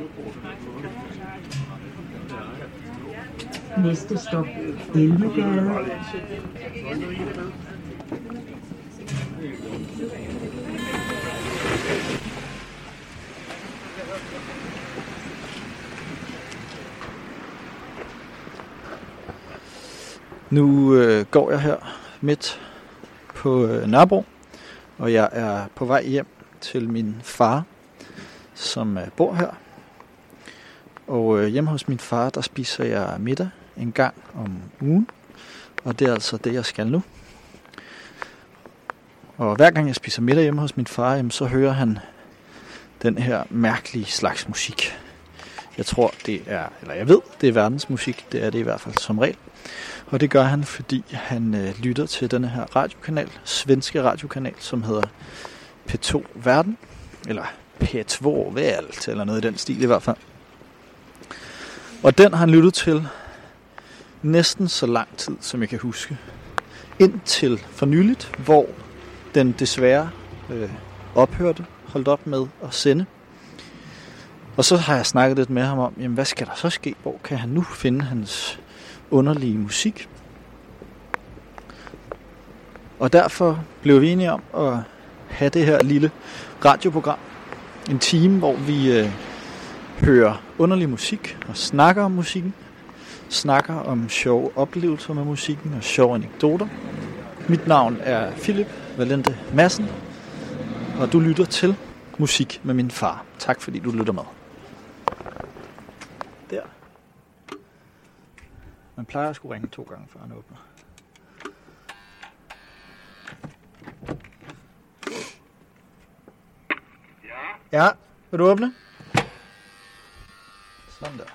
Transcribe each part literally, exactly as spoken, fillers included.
Næste stop, Elvegade. Nu øh, går jeg her midt på øh, Nørrebro, og jeg er på vej hjem til min far, som øh, bor her. Og øh, hjemme hos min far, der spiser jeg middag en gang om ugen, og det er altså det, jeg skal nu. Og hver gang jeg spiser middag hjemme hos min far, jamen, så hører han den her mærkelige slags musik. Jeg tror, det er, eller jeg ved, det er verdensmusik, det er det i hvert fald som regel. Og det gør han, fordi han øh, lytter til denne her radiokanal, svenske radiokanal, som hedder P to Verden, eller P to Welt, eller noget i den stil i hvert fald. Og den har han lyttet til næsten så lang tid, som jeg kan huske. Indtil for nyligt, hvor den desværre øh, ophørte, holdt op med at sende. Og så har jeg snakket lidt med ham om, jamen hvad skal der så ske? Hvor kan han nu finde hans underlige musik? Og derfor blev vi enige om at have det her lille radioprogram. En time, hvor vi øh, hører underlig musik og snakker om musikken. Snakker om sjove oplevelser med musikken og sjove anekdoter. Mit navn er Philip Valente Madsen, og du lytter til Musik med min far. Tak fordi du lytter med. Der. Man plejer at skulle ringe to gange, før han åbner. Ja. Ja, vil du åbne? Sådan der.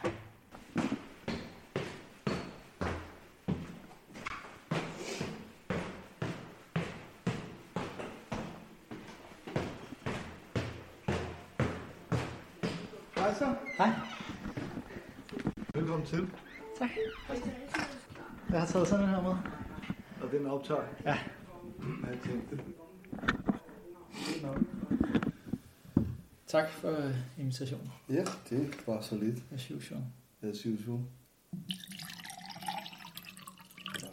Hej så. Hej. Velkommen til. Tak. Jeg har taget sådan en her med. Og den optager. Ja. Jeg tænkte. Tak for uh, invitationen. Ja, det var så lidt. As usual. As usual. Ja.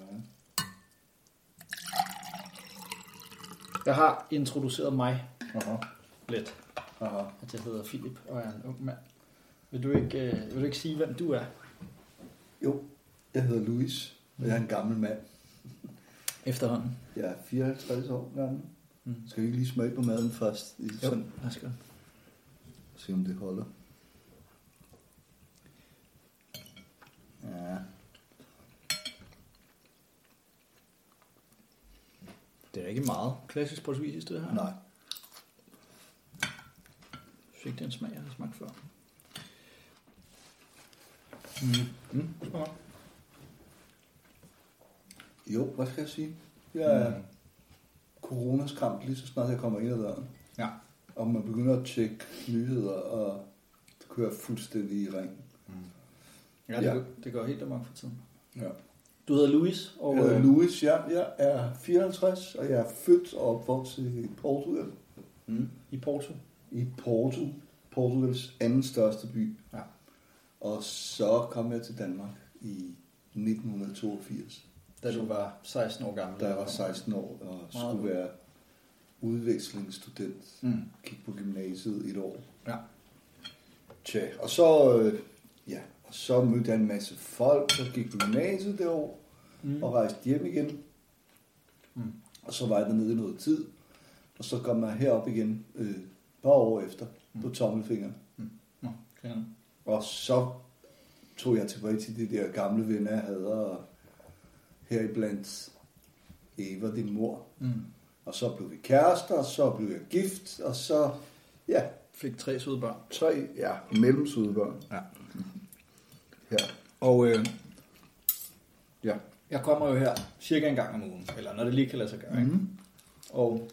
Jeg har introduceret mig Aha. lidt. Aha. At jeg hedder Philip og er en ung mand. Vil du ikke, uh, vil du ikke sige, hvem du er? Jo, jeg hedder Louis, og jeg er en gammel mand. Efterhånden. Jeg er fireoghalvtreds år gammel. Mm. Skal vi ikke lige smage på maden først? I Jo, sådan, lad os gøre. se om det holder. Ja. Det er ikke meget klassisk portugisisk, det her. Nej. Jeg synes ikke, det er en smag, jeg har smagt før. Mm. Mm. Smag. Jo, hvad skal jeg sige? Jeg er mm. coronaskræmt lige så snart jeg kommer ind ad døren. Ja. Og man begynder at tjekke nyheder, og det kører fuldstændig i ring. Mm. Ja, det, ja. Går, det går helt amok for tiden. Ja. Du hedder Louis, og... Jeg hedder Louis, ja. Jeg er fireoghalvtreds, og jeg er født og opvokset i Portugal. Mm. I Porto? I Porto. Portugals anden største by. Ja. Og så kom jeg til Danmark i nitten toogfirs. Da du var seksten år gammel? Da jeg var seksten år og Meget skulle godt. være udvekslingsstudent. Mm. Gik på gymnasiet et år. Ja. Tja, og så, øh, ja, og så mødte jeg en masse folk, der gik på gymnasiet det år, mm. og rejste hjem igen. Mm. Og så var jeg dernede i noget tid, og så kom jeg herop igen øh, et par år efter mm. på tommelfingeren. Mm. Nå, okay. Og så tog jeg tilbage til de der gamle venner, jeg havde, og heriblandt Eva, din mor. Mm. Og så blev vi kærester, og så blev jeg gift, og så, ja. Fik tre søde børn. Tre, ja, mellemsøde børn. Ja. Ja. Og øh, ja. jeg kommer jo her cirka en gang om ugen, eller når det lige kan lade sig gøre, ikke? Mm-hmm. Og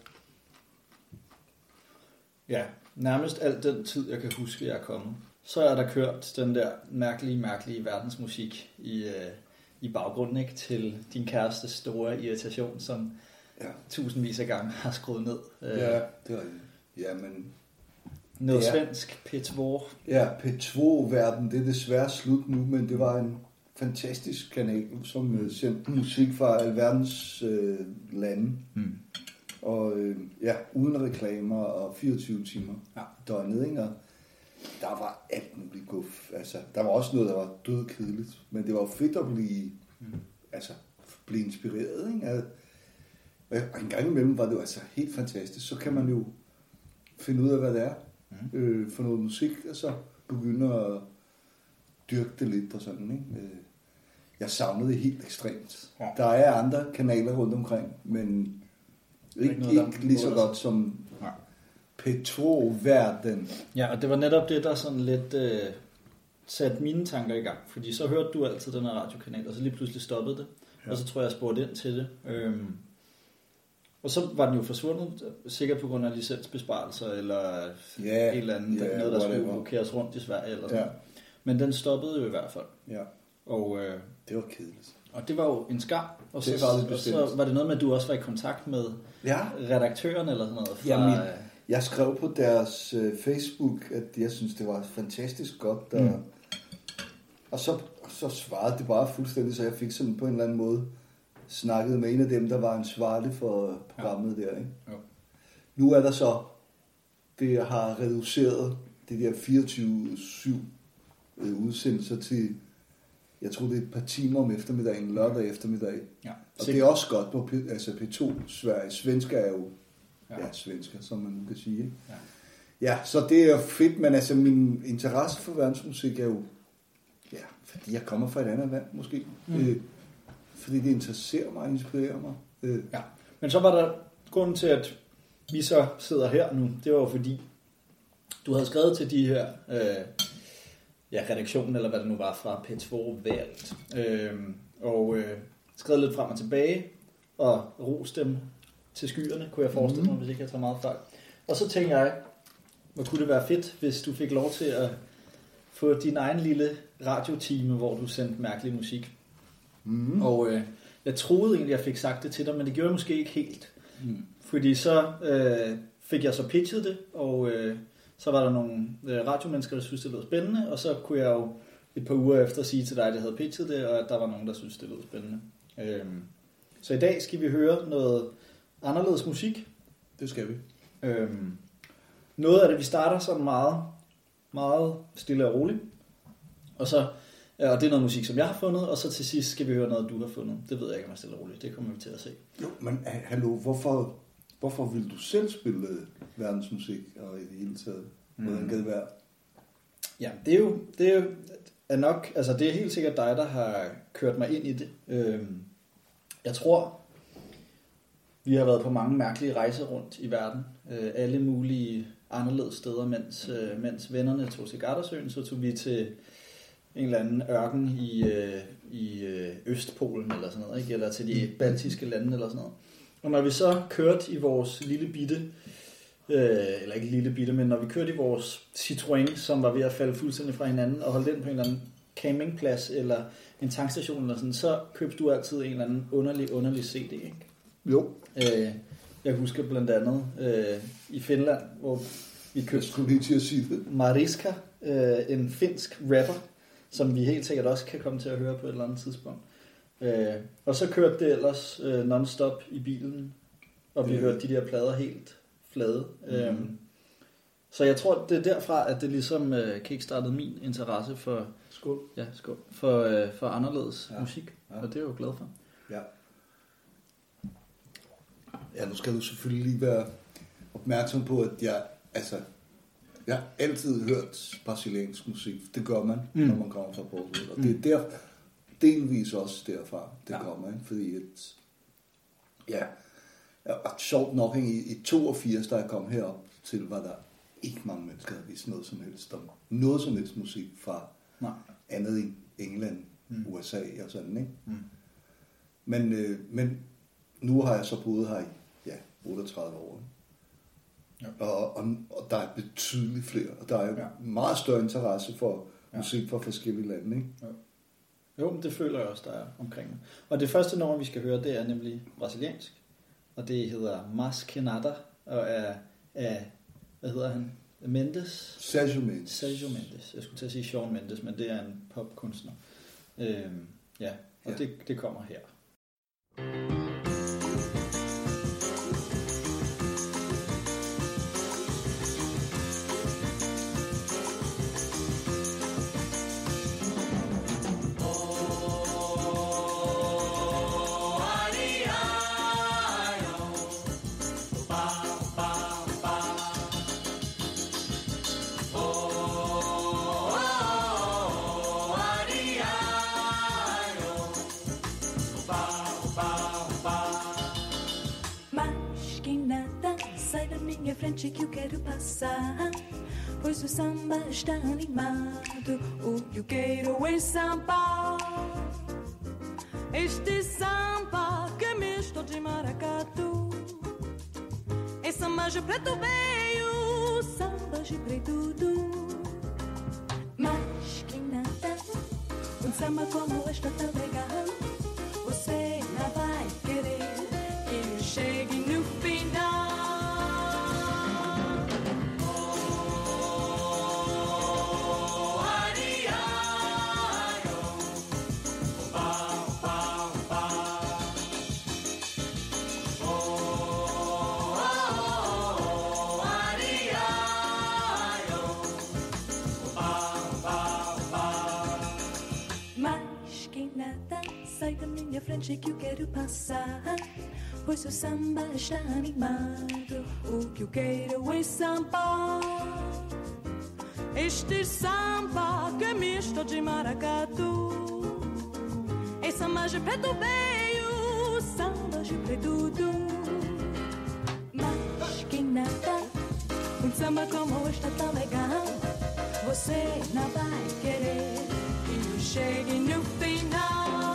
ja, nærmest al den tid, jeg kan huske, jeg er kommet, så er der kørt den der mærkelige, mærkelige verdensmusik i, øh, i baggrunden, ikke? Til din kærestes store irritation, som ja. tusindvis af gange har skruet ned. Ja, det var ja, men Noget svensk, P to. Ja, P to-verden, det er desværre slut nu, men det var en fantastisk kanal, som øh, sendte musik fra alverdens øh, lande. Mm. Og øh, ja, uden reklamer og fireogtyve timer ja. døgnet, ikke? Og der var alt muligt guf. Altså, der var også noget, der var dødkedeligt, men det var fedt at blive, mm. altså, blive inspireret, ikke? Altså, og en gang imellem var det jo altså helt fantastisk. Så kan man jo finde ud af, hvad det er mm. øh, for noget musik, og så begynde at dyrke det lidt og sådan, ikke? Jeg savnede det helt ekstremt. Ja. Der er andre kanaler rundt omkring, men ikke, ikke, ikke lige så godt som ja. P to-verden. Ja, og det var netop det, der sådan lidt øh, satte mine tanker i gang. Fordi så hørte du altid den her radiokanal, og så lige pludselig stoppede det. Ja. Og så tror jeg, jeg spurgte ind til det. Øhm, og så var den jo forsvundet, sikkert på grund af licensbesparelser, eller yeah, et eller andet, yeah, noget, der skulle blokeres rundt i Sverige. Eller sådan. Ja. Men den stoppede jo i hvert fald. Ja. Og, øh, det var kedeligt. Og det var jo en skam. Og det så, var, og så var det noget med, at du også var i kontakt med ja. redaktøren eller sådan noget? Fra, Jamen, jeg skrev på deres uh, Facebook, at jeg synes, det var fantastisk godt. Der, mm. Og så, så svarede det bare fuldstændig, så jeg fik sådan på en eller anden måde snakket med en af dem, der var ansvarlig for programmet ja. der. Ikke? Ja. Nu er der så, det har reduceret det der fireogtyve syv uh, udsendelser til, jeg tror det er et par timer om eftermiddagen, lørdag eftermiddag. Ja. Og det er også godt på P, altså P to Sverige. Svensker er jo, ja, ja svensker, som man nu kan sige. Ikke? Ja. ja, så det er fedt, men altså min interesse for verdensmusik er jo, ja, fordi jeg kommer fra et andet land måske. Mm. Øh, fordi det interesserer mig og inspirerer mig. Øh. Ja, men så var der grunden til, at vi så sidder her nu, det var jo fordi, du havde skrevet til de her... Øh, ja, redaktionen, eller hvad det nu var, fra P to-valgt. Øhm, og øh, skrevet lidt frem og tilbage, og ros dem til skyerne, kunne jeg forestille mig, mm. hvis ikke jeg tager meget fejl. Og så tænkte jeg, hvor kunne det være fedt, hvis du fik lov til at få din egen lille radiotime, hvor du sendte mærkelig musik. Mm. Og øh, jeg troede egentlig, jeg fik sagt det til dig, men det gjorde jeg måske ikke helt. Mm. Fordi så øh, fik jeg så pitchet det, og... Øh, så var der nogle radiomennesker, der synes det lød spændende, og så kunne jeg jo et par uger efter sige til dig, at jeg havde pitchet det, og at der var nogen, der synes det lød spændende. Øhm, så i dag skal vi høre noget anderledes musik. Det skal vi. Øhm, noget af det, vi starter sådan meget, meget stille og roligt, og så og det er noget musik, som jeg har fundet, og så til sidst skal vi høre noget, du har fundet. Det ved jeg ikke, om jeg er stille og roligt. Det kommer vi til at se. Jo, men hallo, hvorfor... Hvorfor vil du selv spille verdensmusik og i det hele taget? Hvordan kan det være? Ja, det er jo, det er jo er nok, altså det er helt sikkert dig, der har kørt mig ind i det. Jeg tror, vi har været på mange mærkelige rejser rundt i verden. Alle mulige anderledes steder, mens, mens vennerne tog til Gardasøen, så tog vi til en eller anden ørken i, i Østpolen eller sådan noget, ikke? Eller til de baltiske lande eller sådan noget. Og når vi så kørte i vores lille bitte, øh, eller ikke lille bitte, men når vi kørte i vores Citroën, som var ved at falde fuldstændig fra hinanden, og holdt den på en eller anden campingplads, eller en tankstation eller sådan, så købte du altid en eller anden underlig, underlig C D, ikke? Jo. Øh, jeg husker blandt andet øh, i Finland, hvor vi købte... Jeg skulle lige til at sige det. Mariska, øh, en finsk rapper, som vi helt sikkert også kan komme til at høre på et eller andet tidspunkt. Øh, og så kørte det ellers øh, non-stop i bilen, og vi mm. hørte de der plader helt flade. Mm. Øh, så jeg tror, det er derfra, at det ligesom øh, kickstartede min interesse for, skål. Ja, skål, for, øh, for anderledes ja. musik, ja. Og det er jeg jo glad for. Ja. Ja, nu skal du selvfølgelig lige være opmærksom på, at jeg, altså, jeg har altid hørt brasiliansk musik. Det gør man, mm. når man kommer fra Portugal. Og mm. det er der, delvis også derfra, det ja. kommer, ikke? Fordi et, ja, og sjovt nok, i, i toogfirs, da jeg kom herop til, var der ikke mange mennesker, der vidste noget som helst om noget som helst musik fra Nej. andet end England, mm. U S A og sådan, ikke? Mm. Men, øh, men nu har jeg så boet her i, ja, otteogtredive år. Ja. Og, og, og der er betydeligt flere, og der er ja. meget større interesse for ja. musik fra forskellige lande, ikke? Ja. Jo, men det føler jeg også, der er omkring mig. Og det første nummer, vi skal høre, det er nemlig brasiliansk. Og det hedder Mas Que Nada, og er af, hvad hedder han? Mendes. Sergio Mendes. Sergio Mendes. Jeg skulle til at sige Shawn Mendes, men det er en popkunstner. Øhm, ja, og ja. Det, det kommer her. Frente que eu quero passar, pois o samba está animado, o que eu quero é samba. Este samba que é misto de maracatu, é samba de preto veio, samba de preto tudo. Mas que nada, um samba como este tão legal, você não vai querer que eu chegue no final. Sai da minha frente que eu quero passar, pois o samba está animado, o que eu quero é samba. Este samba que é misto de maracatu, é samba de preto veio, samba de preto tudo. Mas que nada, um samba como este tão legal, você não vai querer que eu chegue no final.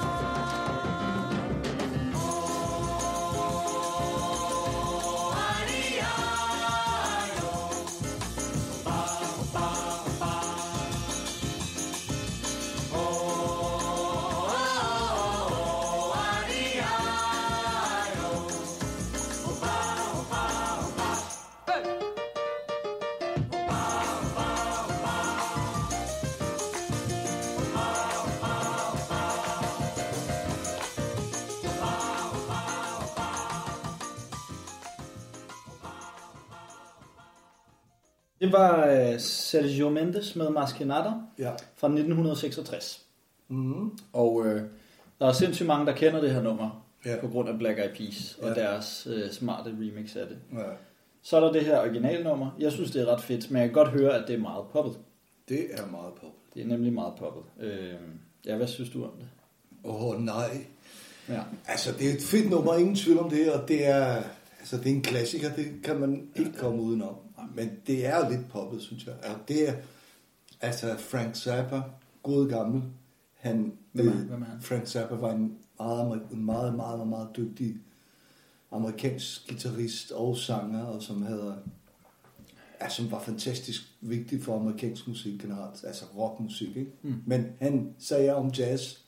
Det var uh, Sergio Mendes med Maskenada ja. fra nitten seksogtres. Mm-hmm. Og uh, der er sindssygt mange, der kender det her nummer ja. på grund af Black Eyed Peas og ja. deres uh, smarte remix af det. Ja. Så er der det her originalnummer. Jeg synes, det er ret fedt, men jeg kan godt høre, at det er meget poppet. Det er meget poppet. Det er nemlig meget poppet. Uh, ja, hvad synes du om det? Åh, oh, nej. Ja. Altså, det er et fedt nummer, ingen tvivl om det, og det er, altså, det er en klassiker, det kan man ikke komme udenom. Men det er lidt poppet, synes jeg. Altså, det er, altså, Frank Zappa, god gammel, han, Hvem er, øh, hvem er han? Frank Zappa var en meget, meget, meget, meget, meget dygtig amerikansk guitarist og sanger, og som havde, ja, som var fantastisk vigtig for amerikansk musik generelt, altså rockmusik, ikke? Mm. Men han sagde om jazz,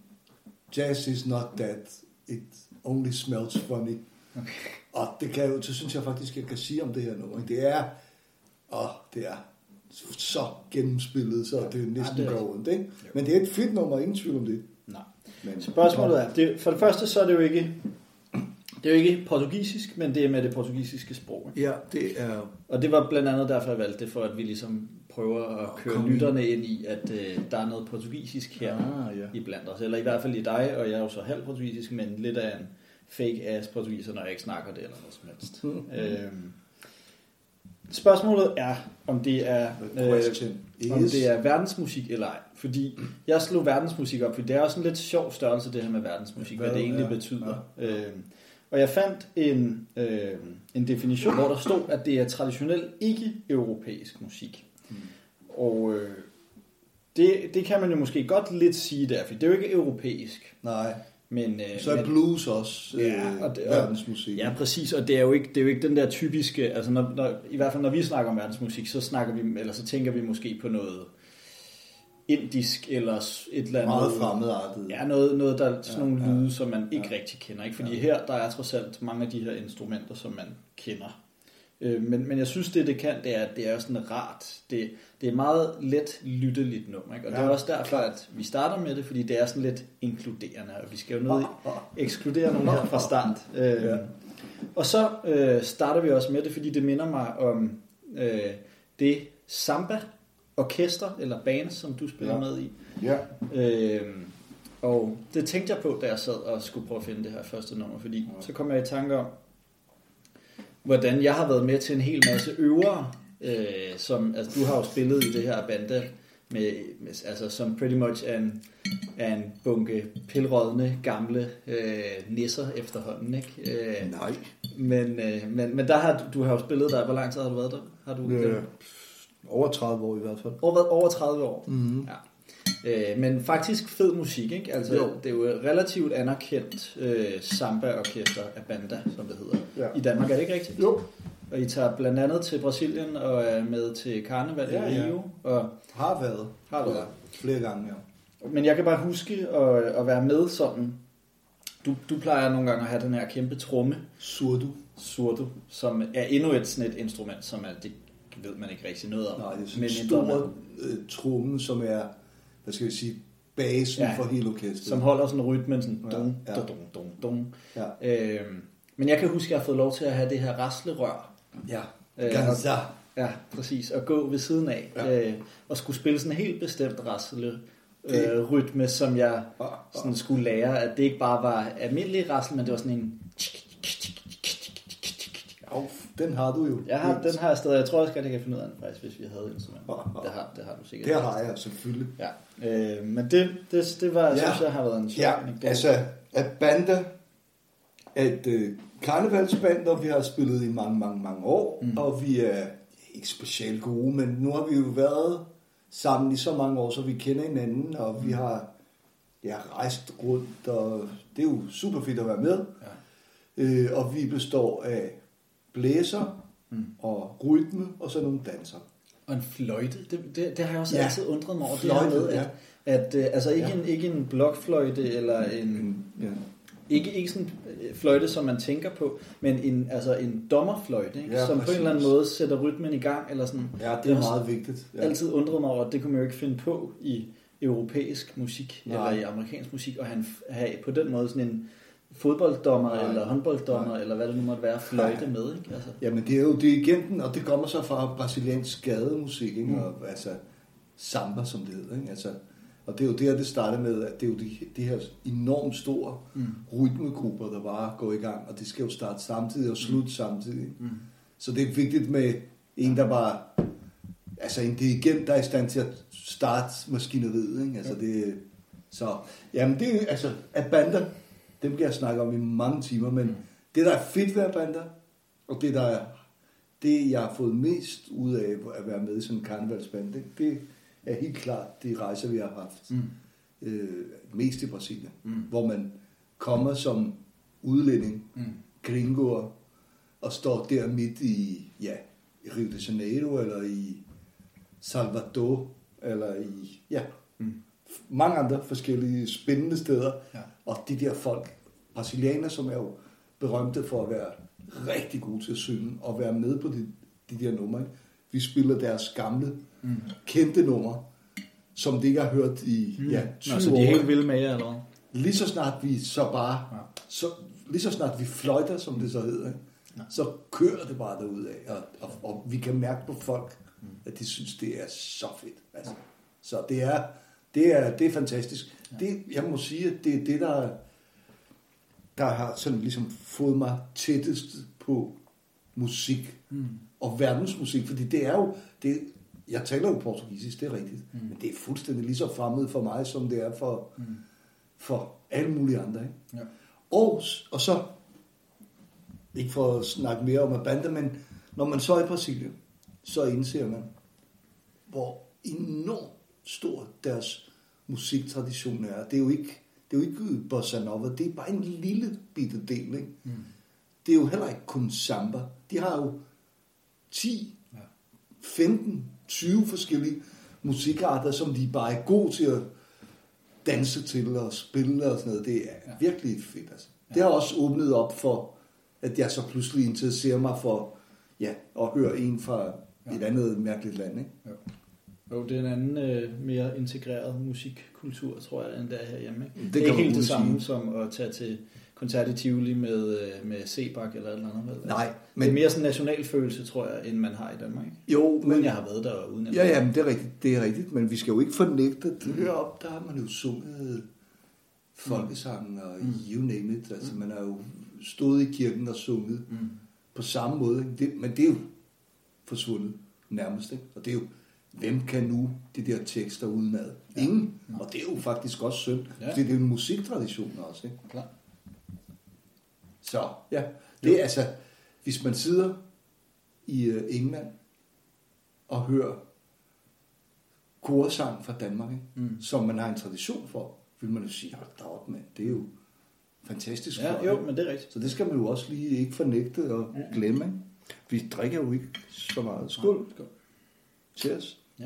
jazz is not that, it only smells funny. Okay. Og det kan jo, så synes jeg faktisk, jeg kan sige om det her nummer. Det er, åh, det er så gennemspillet, så det er næsten ja, gående, ikke? Men det er et fedt nummer, ingen tvivl om det. Nej. Men spørgsmålet er, det, for det første så er det jo ikke, det er jo ikke portugisisk, men det er med det portugisiske sprog. Ja, det er. Og det var blandt andet derfor, jeg valgte det, for at vi ligesom prøver at køre lytterne ind i, at øh, der er noget portugisisk her ah, ja. i blandt os. Eller i hvert fald i dig, og jeg er jo så halv portugisisk, men lidt af en fake-ass portugiser, når jeg ikke snakker det eller noget som helst. øhm, spørgsmålet er, om det er, øh, om det er verdensmusik eller ej. Fordi jeg slog verdensmusik op, for det er også en lidt sjov størrelse, det her med verdensmusik, hvad det egentlig betyder. Ja. Øhm, og jeg fandt en, øh, en definition, hvor der stod, at det er traditionelt ikke-europæisk musik. Mm. Og øh, det, det kan man jo måske godt lidt sige der, for det er jo ikke europæisk. Nej. Men, øh, så er men, blues også øh, ja, og det, verdensmusik. Ja, præcis, og det er jo ikke, det er jo ikke den der typiske, altså når, når, i hvert fald når vi snakker om verdensmusik, så snakker vi, eller så tænker vi måske på noget indisk eller et eller andet. Meget fremmedartet. Ja, noget, noget der sådan nogle ja, lyde, ja, som man ikke ja. rigtig kender, ikke? Fordi ja. her, der er trods alt mange af de her instrumenter, som man kender. Øh, men, men jeg synes, det det kan, det er, det er sådan rart. Det, det er meget let lytteligt nummer, ikke? Og ja, det er også derfor, at vi starter med det, fordi det er sådan lidt inkluderende, og vi skal jo nødt ekskludere nogen her fra start. Øh, ja. Og så øh, starter vi også med det, fordi det minder mig om øh, det samba-orkester, eller band, som du spiller ja. med i. Ja. Øh, og det tænkte jeg på, da jeg sad og skulle prøve at finde det her første nummer, fordi ja. så kom jeg i tanke om, hvordan jeg har været med til en hel masse øvere, øh, som, altså du har jo spillet i det her banda, med, med, altså, som pretty much er en, er en bunke pilrådne gamle øh, nisser efterhånden, ikke? Øh, Nej. Men, øh, men, men der har du, du har jo spillet der, hvor lang tid har du været der? Har du, øh, over tredive år i hvert fald. Over, over tredive år? Mm-hmm. Ja. Øh, men faktisk fed musik, ikke? Altså, jo. det er jo et relativt anerkendt øh, samba-orkester af banda, som det hedder. Ja. I Danmark, er det ikke rigtigt? Jo. Og I tager blandt andet til Brasilien og er med til Karneval ja, i Rio. Ja. Og har været. Har været. Flere gange, ja. Men jeg kan bare huske at, at være med sådan. Du, du plejer nogle gange at have den her kæmpe tromme. Surdo. Surdo, som er endnu et sådan et instrument, som er, det ved man ikke rigtig noget om. Nej, det er sådan en stor øh, tromme, som er, hvad skal vi sige, basen ja, for hele orkestret. Som holder sådan en rytme, sådan dum, ja, ja. dum, dum, dum. Ja. Øhm, men jeg kan huske, at jeg har fået lov til at have det her raslerør. Ja, øh, ganza. Ja, præcis. Og gå ved siden af. Ja. Øh, og skulle spille sådan en helt bestemt rasle øh, rytme, som jeg sådan skulle lære, at det ikke bare var almindelig rasle, men det var sådan en... Oh, den har du jo. Jeg har, den har jeg stadig. Jeg tror også, at jeg kan finde ud af den, faktisk, hvis vi havde instrument. Det har, det har du sikkert. Det har jeg selvfølgelig. Ja. Øh, men det, det, det var, ja. synes jeg, har været en sjov ja, anekdote. Altså, at banda er et øh, karnevalsband, og vi har spillet i mange, mange, mange år, mm. og vi er ikke specielt gode, men nu har vi jo været sammen i så mange år, så vi kender hinanden, og mm. vi har ja, rejst rundt, og det er jo super fedt at være med. Ja. Øh, og vi består af blæser mm. og rytme, og så nogle danser. Og en fløjte, det, det, det har jeg også ja. altid undret mig over. Fløjte, det her med, at, ja. at, at altså ikke, ja. en, ikke en blokfløjte, eller en... Ja. Ikke, ikke sådan en fløjte, som man tænker på, men en, altså en dommerfløjte, ikke? Ja, som præcis. På en eller anden måde sætter rytmen i gang. Eller sådan. Ja, det er meget vigtigt. Jeg har altid undret mig over, at det kunne man jo ikke finde på i europæisk musik, nej. Eller i amerikansk musik, og have, have på den måde sådan en fodbolddommer, nej. Eller håndbolddommer, nej. Eller hvad det nu måtte være, fløjte nej. Med. Ikke? Altså. Jamen det er jo det igen, og det kommer så fra brasiliansk gademusik, ikke? Mm. Og, altså samba, som det hedder. Ikke? Altså, og det er jo der, det startede med, at det er jo de, de her enormt store mm. rytmegrupper, der bare går i gang, og det skal jo starte samtidig og slutte mm. samtidig. Mm. Så det er vigtigt med en, der bare, altså en dirigent, der er i stand til at starte maskineriet, ikke? Altså det, så, jamen det er altså, at bander, dem kan jeg snakke om i mange timer, men mm. det, der er fedt ved at bander, og det, der er, det, jeg har fået mest ud af at være med i sådan en karnevalsband, det, det er helt klart de rejser, vi har haft. Mm. Øh, mest i Brasilien. Mm. Hvor man kommer som udlænding, mm. gringoer, og står der midt i, ja, i Rio de Janeiro, eller i Salvador, eller i, ja, mm. mange andre forskellige spændende steder. Ja. Og de der folk, brasilianere, som er jo berømte for at være rigtig gode til at synge, og være med på de, de der numre. Vi spiller deres gamle, mm. kendte numre, som det ikke har hørt i mm. ja, tyve år. Nå, så de er helt vilde med jer, eller? Lige så snart vi så bare, ja. så, lige så snart vi fløjter, som det så hedder, ja. Så kører det bare derudad, og, og, og vi kan mærke på folk, mm. at de synes, det er så fedt. Altså. Så det er, det er, det er fantastisk. Ja. Det, jeg må sige, at det er det, der, der har sådan ligesom fået mig tættest på musik, mm. og verdensmusik, fordi det er jo, det, jeg taler jo portugisisk, det er rigtigt, mm. men det er fuldstændig lige så fremmed for mig, som det er for, mm. for alle mulige andre. Ikke? Ja. Og, og så, ikke for at snakke mere om banda, men når man så er i Brasilien, så indser man, hvor enormt stor deres musiktradition er. Det er jo ikke, det er jo ikke bossa nova, det er bare en lille bitte del. Ikke? Mm. Det er jo heller ikke kun samba. De har jo ti, femten, tyve forskellige musikarter, som de bare er gode til at danse til og spille og sådan noget. Det er ja. virkelig fedt. Altså. Ja. Det har også åbnet op for, at jeg så pludselig interesserer mig for ja, og høre en fra ja. et andet mærkeligt land, ikke? Jo. Jo, det er en anden øh, mere integreret musikkultur, tror jeg, end der herhjemme. Ikke? Det, det er ikke helt det samme sige. Som at tage til koncert i Tivoli med, øh, med Sebak eller et eller andet. Vel? Nej. Men... Det er mere sådan en nationalfølelse, tror jeg, end man har i Danmark. Ikke? Jo, uden men... jeg har været der. Uden ja, ja, men det er rigtigt, det er rigtigt, men vi skal jo ikke fornægte det. Hør op, der har man jo sunget folkesangen og mm. you name it. Altså, man har jo stået i kirken og sunget mm. på samme måde. Det, men det er jo forsvundet nærmest, ikke? Og det er jo, hvem kan nu de der tekster udenad? Ingen. Ja. Og det er jo faktisk også synd, ja. Fordi det er jo en musiktradition også, ikke? Klar. Så, ja. Det er altså, hvis man sidder i uh, England og hører korsang fra Danmark, ikke? Mm. Som man har en tradition for, vil man jo sige, hold da op, mand, det er jo fantastisk. Ja, for, jo, men det er rigtigt. Så det skal man jo også lige ikke fornægte og ja. glemme, ikke? Vi drikker jo ikke så meget. Skål. Skål. Cheers. Ja.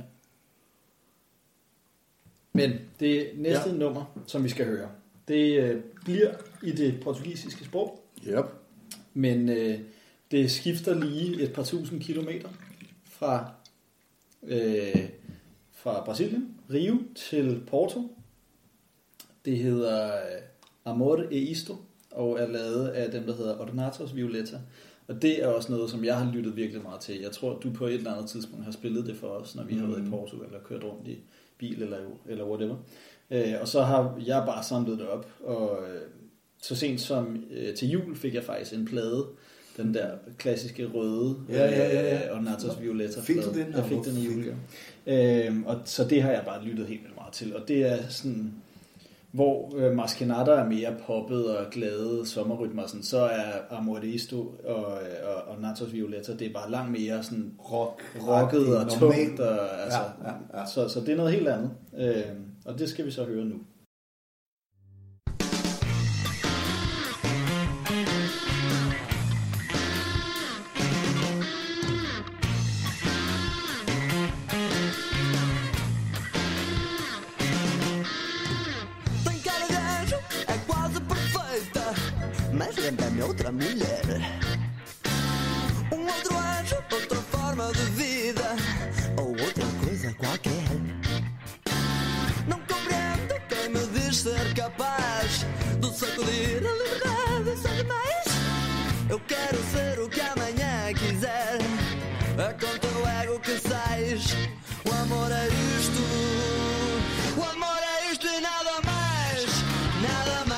Men det næste ja. nummer, som vi skal høre, det øh, bliver i det portugisiske sprog. Yep. Men øh, det skifter lige et par tusind kilometer fra, øh, fra Brasilien, Rio, til Porto. Det hedder øh, Amor e Isto, og er lavet af dem, der hedder Ornatos Violeta. Og det er også noget, som jeg har lyttet virkelig meget til. Jeg tror, du på et eller andet tidspunkt har spillet det for os, når vi mm. har været i Porto, eller kørt rundt i bil, eller, eller whatever. Øh, og så har jeg bare samlet det op, og øh, så sent som øh, til jul fik jeg faktisk en plade, den der klassiske røde ja, ja, ja, ja. Øh, Ornatos Violeta. Fik du den? Jeg fik den i jul, ja. øh, og så det har jeg bare lyttet helt vildt meget til, og det er sådan... Hvor øh, Maskenata er mere poppet og glade sommerrytmer, sådan, så er Amor e Isto og, og, og Natos Violeta, det er bare langt mere sådan rock, rocket og tungt. Og, altså, ja, ja, ja. Så, så det er noget helt andet. Øh, og det skal vi så høre nu. Mas lembra-me outra mulher. Um outro anjo, outra forma de vida, ou outra coisa qualquer. Não compreendo quem me diz ser capaz de sacudir a liberdade só demais. Eu quero ser o que amanhã quiser. É com teu ego que sais. O amor é isto. O amor é isto e nada mais. Nada mais.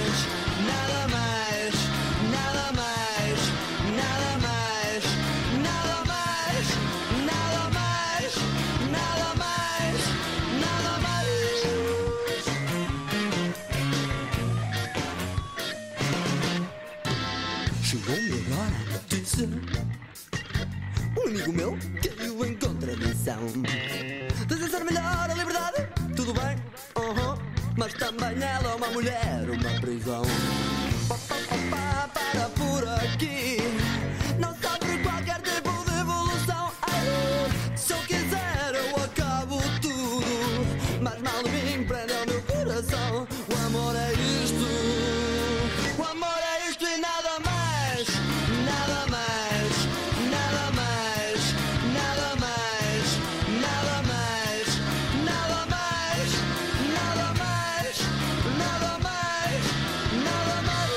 Chegou-me agora a notícia. Um amigo meu caiu em contradição. Dizem ser melhor a liberdade, tudo bem, uh-huh. Mas também ela é uma mulher, uma prisão. Pá, pá, pá, pá, para por aqui. Não sofre qualquer tipo de evolução. Ai, se eu quiser eu acabo tudo. Mas mal de mim prende o meu coração. O amor é isto. O amor é isto e nada mais. Nada mais. Nada mais. Nada mais. Nada mais. Nada mais. Nada mais. Nada mais. Nada mais.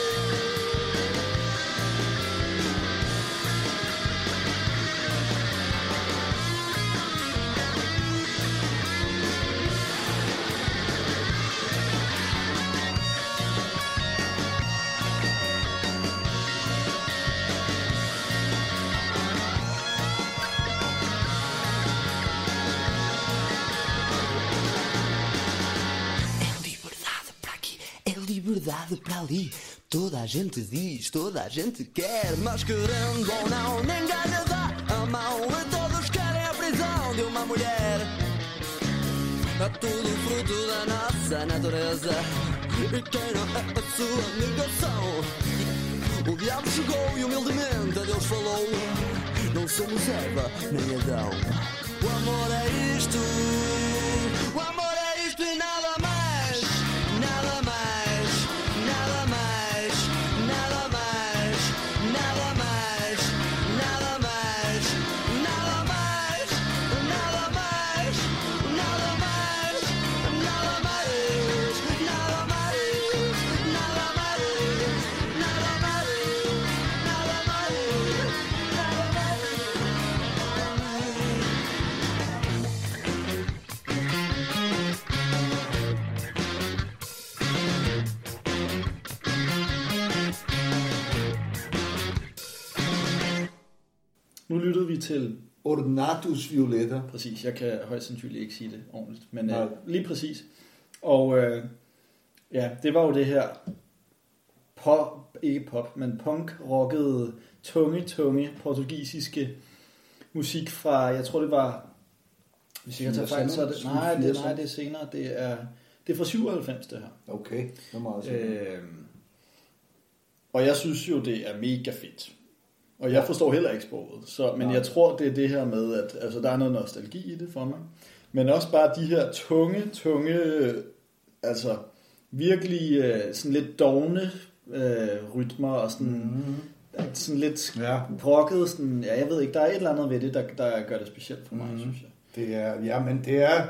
Liberdade para ali, toda a gente diz, toda a gente quer, mas querendo ou não, ninguém lhe dá a mão e todos querem a prisão de uma mulher. É tudo fruto da nossa natureza e quem não é a sua negação. O diabo chegou e humildemente a Deus falou, não somos Eva nem Adão. O amor é isto, o amor é isto e nada mais, nada mais. Nada mais, nada mais, nada mais, nada mais. nu lyttede vi til... Ornatus Violetta. Præcis, jeg kan højst sandsynligt ikke sige det ordentligt, men Nej. øh, lige præcis. Og øh, ja, det var jo det her pop, ikke pop, men punk-rockede, tunge, tunge portugisiske musik fra, jeg tror det var, hvis jeg kan tage fejl, så er det, nej, det, nej, det er senere, det er, det er fra syvoghalvfems det her. Okay, det er meget øh, Og jeg synes jo, det er mega fedt. Og jeg forstår heller ikke sproget, så, men jeg tror, det er det her med, at altså, der er noget nostalgi i det for mig. Men også bare de her tunge, tunge, altså virkelig sådan lidt dovne øh, rytmer og sådan, mm. sådan lidt ja. rocket. Sådan, ja, jeg ved ikke, der er et eller andet ved det, der, der gør det specielt for mig, mm. synes jeg. Det er, ja, men det er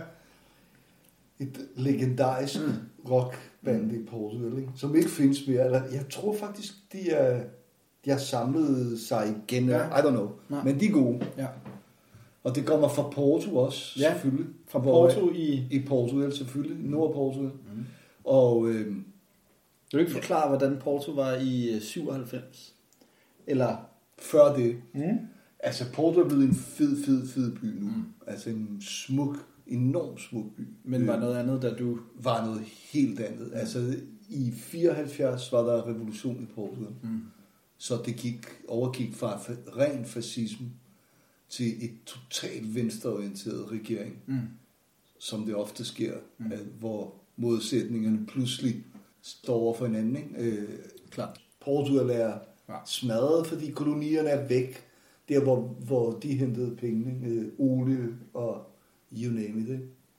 et legendarisk mm. rockband i Portugal, ikke? Som ikke findes mere. Eller, jeg tror faktisk, de er... De har samlet sig igen, ja. I don't know. Nej. Men de er gode. Ja. Og det kommer fra Porto også, ja. Selvfølgelig. Fra Porto i... I Portugal, selvfølgelig. Nord Portugal. Mm. Og... Øh, vil du ikke forklare, hvordan Porto var i syvoghalvfems? Eller... Før det. Mm. Altså, Porto er blevet en fed, fed, fed by nu. Mm. Altså en smuk, enormt smuk by. Men var noget andet, da du... Var noget helt andet. Mm. Altså, i fireoghalvfjerds var der revolution i Portugal. Mm. Så det gik, overgik fra ren fascisme til et totalt venstreorienteret regering, mm. som det ofte sker, mm. at, hvor modsætningerne pludselig står over for hinanden. Ikke? Øh, Klart. Portugal er ja. smadret, fordi kolonierne er væk. Der, hvor, hvor de hentede penge, øh, olie og you name it. Ikke?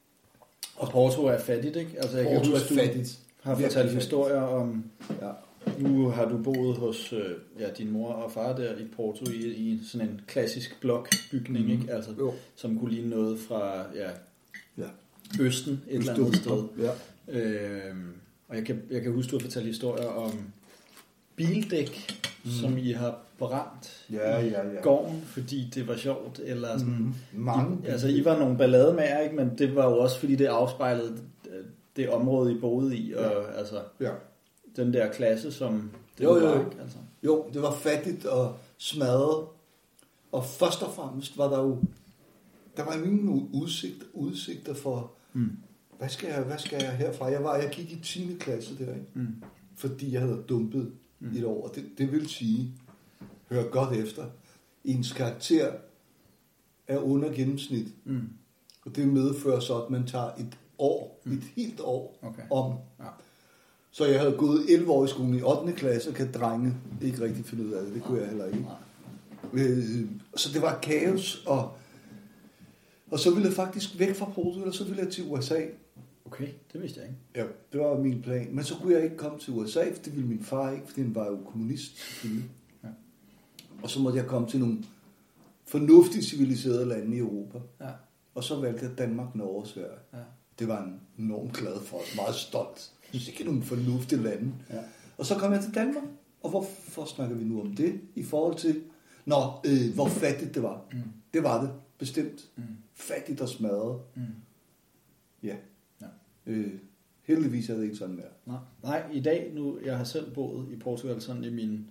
Og Porto er fattigt, ikke? Altså, jeg Porto kan huske, er fattigt. Har fortalt historier om... Ja. Nu har du boet hos øh, ja, din mor og far der i Porto i, i sådan en klassisk blokbygning, mm. ikke? Altså, som kunne ligne noget fra ja, ja. Østen et Østen. eller andet sted. Ja. Øh, og jeg kan, jeg kan huske, du har fortalt historier om bildæk, mm. som I har brændt ja, ja, ja. i gården, fordi det var sjovt. Eller sådan. Mm. Mange. I, altså, I var nogle ballademager, ikke? Men det var jo også, fordi det afspejlede det område, I boede i. Og, ja. altså, ja. Den der klasse, som det jo, var, jo. ikke? Altså. Jo, det var fattigt og smadret. Og først og fremmest var der jo, der var ingen udsigt, udsigter for, mm. hvad, skal jeg, hvad skal jeg herfra? Jeg, var, jeg gik i tiende klasse der, ikke? Mm. Fordi jeg havde dumpet mm. et år. Og det, det vil sige, hør godt efter, ens karakter er under gennemsnit. Mm. Og det medfører så, at man tager et år, mm. et helt år okay. om. Ja. Så jeg havde gået elleve år i skolen i ottende klasse, og kan drenge ikke rigtig finde ud af det. Det kunne jeg heller ikke. Øh, så det var kaos, og, og så ville jeg faktisk væk fra Portugal, og så ville jeg til U S A. Okay, det vidste jeg ikke. Ja, det var min plan. Men så kunne jeg ikke komme til U S A, for det ville min far ikke, fordi han var jo kommunist. Ja. Og så måtte jeg komme til nogle fornuftigt civiliserede lande i Europa. Ja. Og så valgte jeg Danmark, Norge og Sverige. Ja. Det var en enormt glad for, meget stolt. Det er ikke nogen fornuftige lande. Ja. Og så kom jeg til Danmark. Og hvorfor snakker vi nu om det? I forhold til, nå, øh, hvor fattigt det var. Mm. Det var det, bestemt. Mm. Fattigt og smadret. Mm. Ja. ja. Øh, heldigvis er det ikke sådan mere. Nej. Nej, i dag, nu, jeg har selv boet i Portugal sådan i min,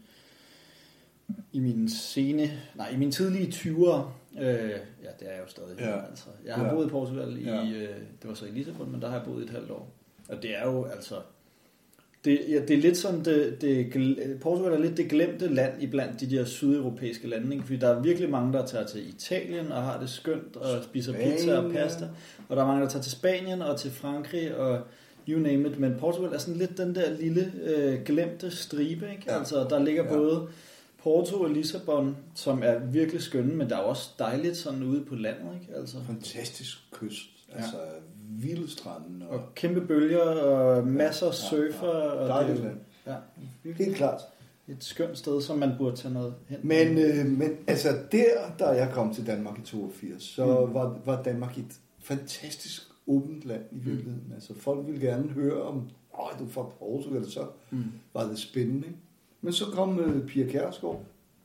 i min sene, nej, i min tidlige tyvere. Øh, ja, det er jeg jo stadig. Ja. Altså. Jeg har ja. boet i Portugal i, ja. øh, det var så i Lissabon, men der har jeg boet et halvt år. Og det er jo altså, det, ja, det er lidt sådan, det, det, Portugal er lidt det glemte land iblandt de der sydeuropæiske lande, ikke? Fordi der er virkelig mange, der tager til Italien og har det skønt og spiser Spanien. Pizza og pasta. Og der er mange, der tager til Spanien og til Frankrig og you name it. Men Portugal er sådan lidt den der lille øh, glemte stribe, ikke? Ja. Altså, der ligger ja. både Porto og Lissabon, som er virkelig skønne, men der er også dejligt sådan ude på landet, ikke? Altså. Fantastisk kyst. Altså ja. vilde stranden. Og, og kæmpe bølger og masser af ja, surfer. Ja, ja. Dejligt land. Ja, helt klart. Et skønt sted, som man burde tage noget hen. Men, øh, men altså der, da jeg kom til Danmark i toogfirs, så mm. var, var Danmark et fantastisk åbent land i virkeligheden. Mm. Altså folk ville gerne høre om, åh, du er fra Portugal, så mm. var det spændende. Ikke? Men så kom øh, Pia Kjærsgaard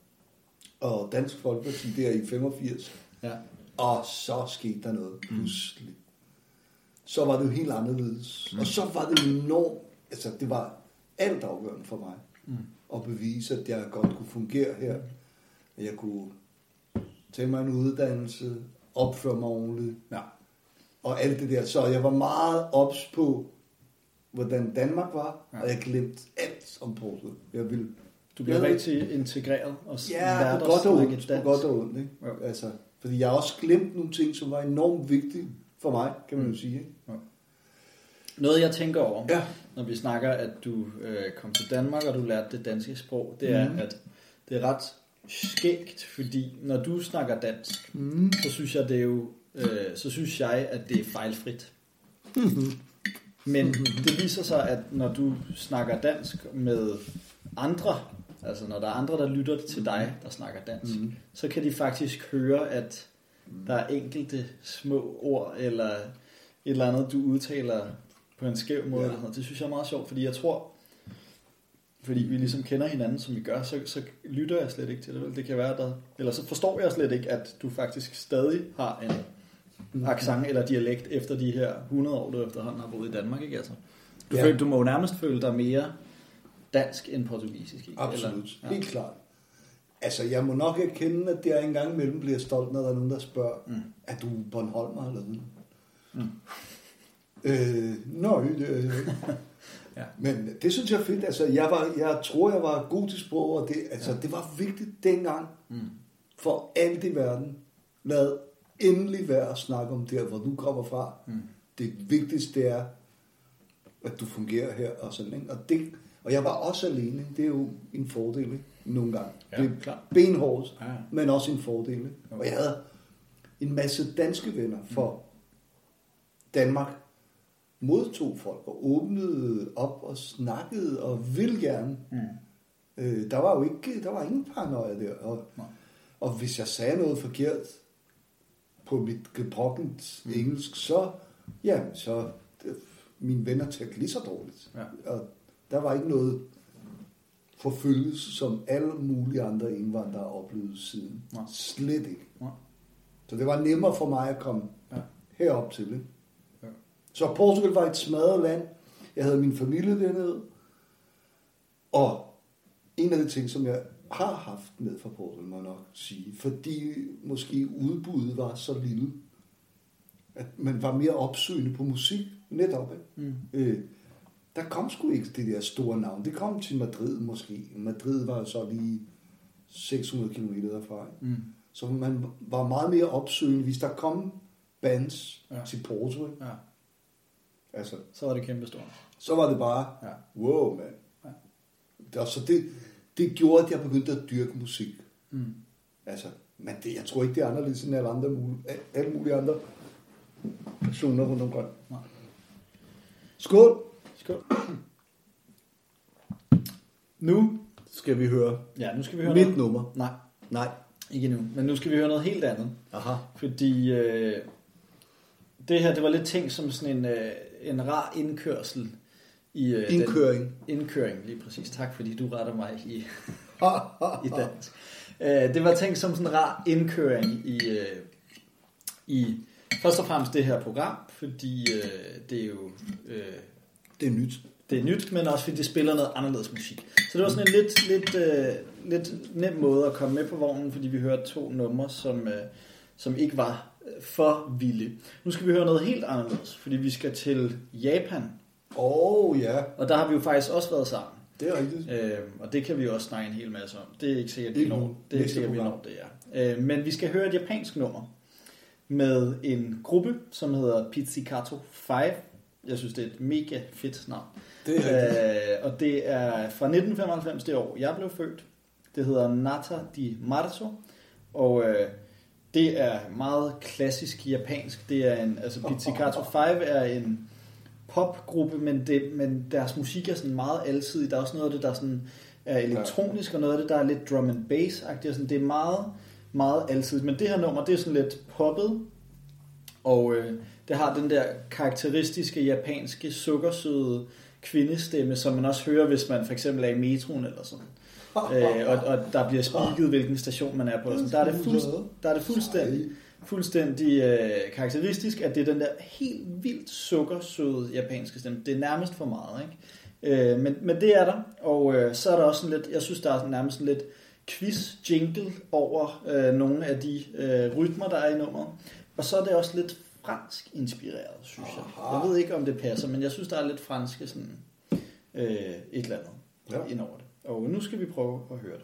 og Dansk Folkeparti der i femogfirs. Ja. Og så skete der noget pludselig. Mm. Så var det jo helt anderledes. Mm. Og så var det enormt, altså det var alt afgørende for mig. Mm. At bevise, at jeg godt kunne fungere her. At jeg kunne tage mig en uddannelse, opføre mig ordentligt, Ja. og alt det der. Så jeg var meget ops på, hvordan Danmark var, Ja. og jeg glemte alt om Portugal. Jeg ville... Du bliver jeg, rigtig integreret og Ja, lærte på at godt og snakke ondt, på dansk. godt og ondt, ikke? Ja. Altså, fordi jeg har også glemt nogle ting, som var enormt vigtige for mig, kan man jo sige, ikke? Ja. Noget jeg tænker over, Ja. når vi snakker, at du øh, kom til Danmark, og du lærte det danske sprog, det er, Mhm. at det er ret skægt, fordi når du snakker dansk, Mm. så synes jeg, det er jo, øh, så synes jeg, at det er fejlfrit. Men det viser sig, at når du snakker dansk med andre, altså når der er andre, der lytter til dig, der snakker dansk, Mm. så kan de faktisk høre, at der er enkelte små ord, eller et eller andet, du udtaler på en skæv måde. Ja. Eller sådan noget. Det synes jeg er meget sjovt, fordi jeg tror, fordi vi ligesom kender hinanden, som vi gør, så, så lytter jeg slet ikke til det. Det kan være, der, eller så forstår jeg slet ikke, at du faktisk stadig har en accent eller dialekt efter de her hundrede år, du efterhånden har boet i Danmark, ikke altså? Du, Ja. føler, du må jo nærmest føle dig mere dansk end portugisisk, ikke? Absolut, Eller, ja. helt klart. Altså, jeg må nok erkende, at jeg engang imellem bliver stolt, når der er nogen, der spørger, Mm. er du Bornholmer eller noget? Mm. Øh, nøj, det er jeg ikke. Ja. Men det synes jeg er fedt. Altså, jeg, var, jeg tror, jeg var god til sprog, og det, altså, Ja. det var vigtigt dengang Mm. for alt i verden. Lad endelig være at snakke om der, hvor du kommer fra. Mm. Det vigtigste er, at du fungerer her og sådan, ikke? Og, det, og jeg var også alene. Det er jo en fordel, ikke? Nogle gange. Ja, det er klart. benhårdt, Ja. men også en fordel. Ikke? Og jeg havde en masse danske venner, for Danmark modtog folk og åbnede op og snakkede og ville gerne. Mm. Øh, der var jo ikke, der var ingen paranoia der. Og, Nej. og hvis jeg sagde noget forkert på mit gebrokkent mm. engelsk, så, ja, så det, mine venner talte lige så dårligt. Ja. Og der var ikke noget forfølgelse, som alle mulige andre indvandrere oplevede siden. Nej. Slet ikke. Nej. Så det var nemmere for mig at komme Ja. herop til. Ikke? Ja. Så Portugal var et smadret land. Jeg havde min familie dernede. Og en af de ting, som jeg har haft med fra Portugal, må jeg nok sige, fordi måske udbuddet var så lille, at man var mere opsøgende på musik, netop. Ikke? Mm. Øh, der kom sgu ikke det der store navn. Det kom til Madrid måske. Madrid var så lige seks hundrede kilometer derfra. Ikke? Mm. Så man var meget mere opsøgende, hvis der kom bands Ja. ja. til Porto. Ikke? Ja. Altså, Så var det kæmpestort. så var det bare, Ja. wow, mand. Ja. Ja. Så det, det gjorde, at jeg begyndte at dyrke musik. Mm. Altså, men det, jeg tror ikke, det er anderledes end alle, andre, mul- alle mulige andre personer rundt omkring. Nej. Skål! Skål. Nu skal vi høre Ja, nu skal vi høre mit noget. nummer. Nej, Nej. ikke nu. Men nu skal vi høre noget helt andet. Aha. Fordi øh, det her, det var lidt tænkt som sådan en, øh, en rar indkørsel i øh, Indkøring. Den, indkøring, lige præcis. Tak, fordi du retter mig i, i dansk. Øh, det var tænkt som sådan en rar indkøring i, øh, i først og fremmest det her program, fordi øh, det er jo øh, Det er nyt. det er nyt, men også fordi det spiller noget anderledes musik. Så det var sådan en lidt, lidt, øh, lidt nem måde at komme med på vognen, fordi vi hørte to numre, som, øh, som ikke var øh, for vilde. Nu skal vi høre noget helt anderledes, fordi vi skal til Japan, Åh, oh, ja. og der har vi jo faktisk også været sammen. Det er rigtigt. Øh, og det kan vi også snakke en hel masse om. Det er ikke sikkert, vi Ikke når nu. det. Er ikke Næste sikkert, vi program. når det er. Øh, men vi skal høre et japansk nummer med en gruppe, som hedder Pizzicato fem. Jeg synes, det er et mega fedt navn. Det er rigtigt. Øh, og det er fra nitten femoghalvfems, det år, jeg blev født. Det hedder Nata di Marzo. Og øh, det er meget klassisk japansk. Det er en, altså Pizzicato fem er en popgruppe, men, det, men deres musik er sådan meget alsidig. Der er også noget af det, der sådan er elektronisk, og noget af det, der er lidt drum and bass-agtigt. Sådan, det er meget, meget alsidigt. Men det her nummer, det er sådan lidt poppet. Og øh, det har den der karakteristiske japanske sukkersøde kvindestemme, som man også hører, hvis man for eksempel er i metroen eller sådan. øh, og, og der bliver spiket, hvilken station man er på. Sådan. Der er det, fuldst, der er det fuldstændig, fuldstændig øh, karakteristisk, at det er den der helt vildt sukkersøde japanske stemme. Det er nærmest for meget, ikke? Øh, men, men det er der, og øh, så er der også sådan lidt, jeg synes, der er sådan nærmest sådan lidt quiz-jingle over øh, nogle af de øh, rytmer, der er i nummeret. Og så er det også lidt fransk inspireret, synes jeg. Jeg ved ikke, om det passer, men jeg synes, der er lidt franske sådan øh, et eller andet ja. ind over det. Og nu skal vi prøve at høre det.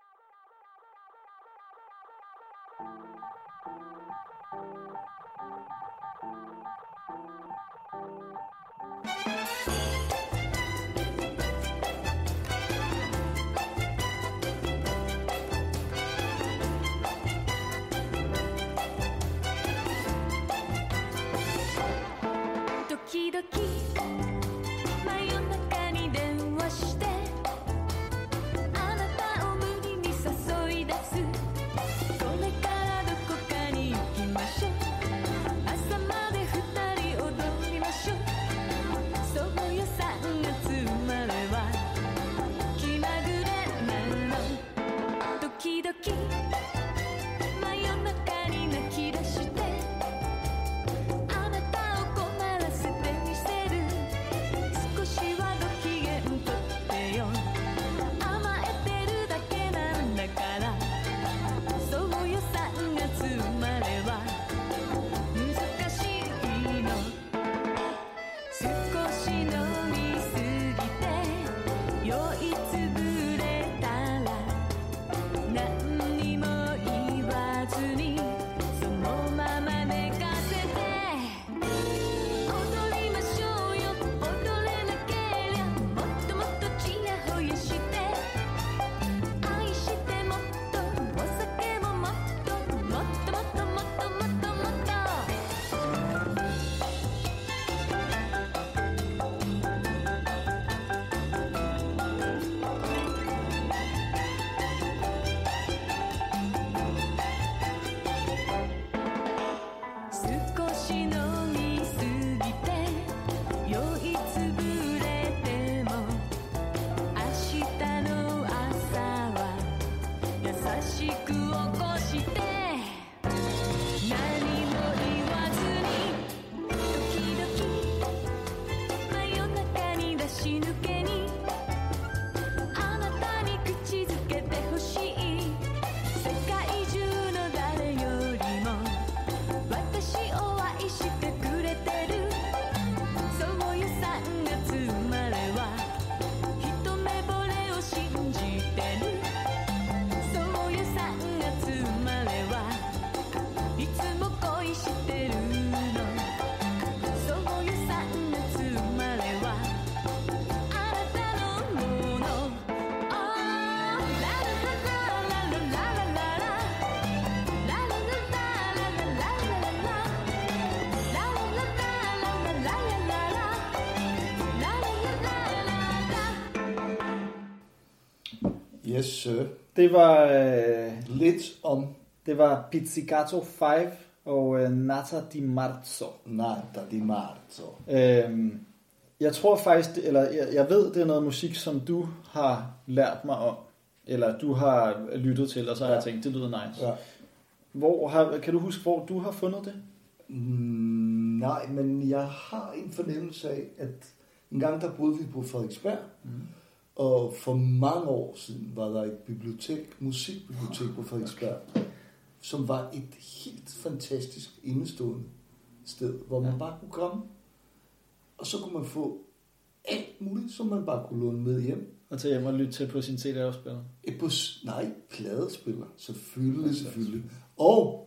Yes, sir. Det var øh, lidt om... Det var Pizzicato fem og øh, Nata di Marzo. Nata di Marzo. Øhm, jeg tror faktisk, eller jeg, jeg ved, det er noget musik, som du har lært mig om, eller du har lyttet til, og så har ja. jeg tænkt, det lyder nice. Ja. Hvor har, kan du huske, hvor du har fundet det? Mm, nej, men jeg har en fornemmelse af, at en gang der boede vi på Frederiksberg, mm. og for mange år siden var der et bibliotek, musikbibliotek på Frederiksberg, som var et helt fantastisk indestående sted, hvor man ja. bare kunne komme, og så kunne man få alt muligt, som man bare kunne låne med hjem. Og tage hjem og lytte til på sin C D-afspiller? På, nej, pladespiller. Selvfølgelig, selvfølgelig. Og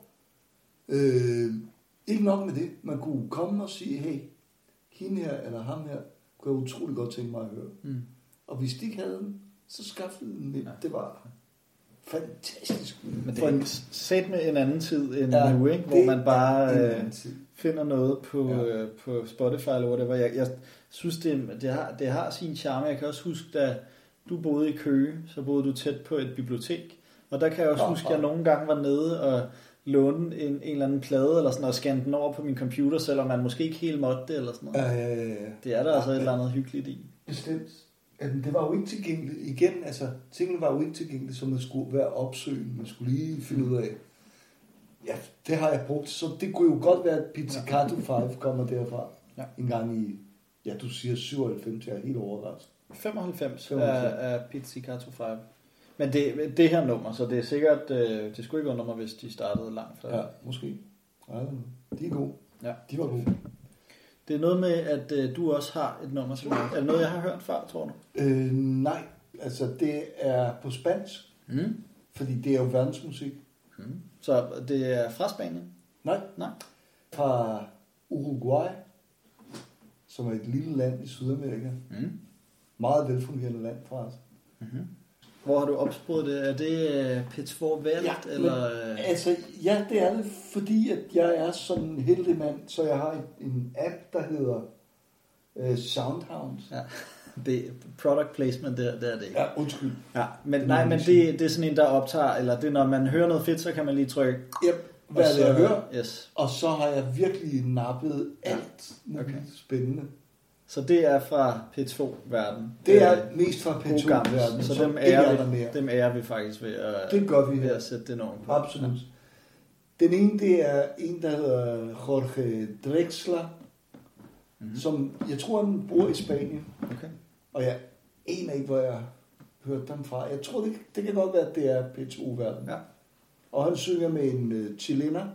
øh, ikke nok med det. Man kunne komme og sige, hey, hende her eller ham her, kunne jeg utrolig godt tænke mig at høre. Mm. Og hvis de ikke havde den, så skaffede den lidt. Ja. Det var fantastisk. Men det er en, set med en anden tid end ja, nu, ikke? Hvor man bare øh, finder noget på, ja. øh, på Spotify eller whatever. Jeg, jeg synes, det, det, har, det har sin charme. Jeg kan også huske, da du boede i Køge, så boede du tæt på et bibliotek. Og der kan jeg også ja, huske, at jeg nogle gange var nede og låne en, en eller anden plade, eller sådan, og scanne den over på min computer, selvom man måske ikke helt måtte det, eller sådan noget. Ja, ja, ja, ja. Det er der ja, altså et eller andet hyggeligt i. Bestemt. Det var jo ikke tilgængeligt. Igen, altså, tingene var jo ikke tilgængeligt, så man skulle være opsøgende. Man skulle lige finde ud af, ja, det har jeg brugt. Så det kunne jo godt være, at Pizzicato fem kommer derfra. Ja. En gang i, ja, du siger syvoghalvfems, jeg er helt overrasket. femoghalvfems, femoghalvfems. Er, er Pizzicato fem. Men det, det her nummer, så det er sikkert, øh, det skulle ikke undre mig, hvis de startede langt før. Ja, måske. Ja, de er gode. Ja. De var gode. Det er noget med, at øh, du også har et nummer, som er, er det noget, jeg har hørt før, tror du? Øh, nej, altså det er på spansk, Mm. fordi det er jo verdensmusik. Mm. Så det er fra Spanien? Nej, Nej. fra Uruguay, som er et lille land i Sydamerika. Mm. Meget velfungerende land fra os. Mm-hmm. Hvor har du opsporet det? Er det uh, P to Welt? Ja, eller? Men, altså, ja, det er det, fordi at jeg er sådan en heldig mand, så jeg har en, en app, der hedder uh, Soundhound. Ja. Det product placement, det, det er det ikke. Ja, undskyld. Ja, men Det nej, må men man det, det er sådan en, der optager, eller det er, når man hører noget fedt, så kan man lige trykke. Yep, hvad er det, jeg hører? Yes. Og så har jeg virkelig nappet alt muligt Okay. spændende. Så det er fra P to-verden. Det er mest fra P God to gammel. verden, Så som dem ikke ærer, er der vi, mere. dem ærer vi faktisk ved at, Det gør vi ved her. at sætte det nummer på. Absolut. Den ene, det er en, der hedder Jorge Drexler, mm-hmm. som jeg tror, han bor i Spanien. Okay. Og jeg aner ikke, hvor jeg hørte dem fra. Jeg tror, det, det kan godt være, at det er P to-verden. Ja. Og han synger med en uh, chilener,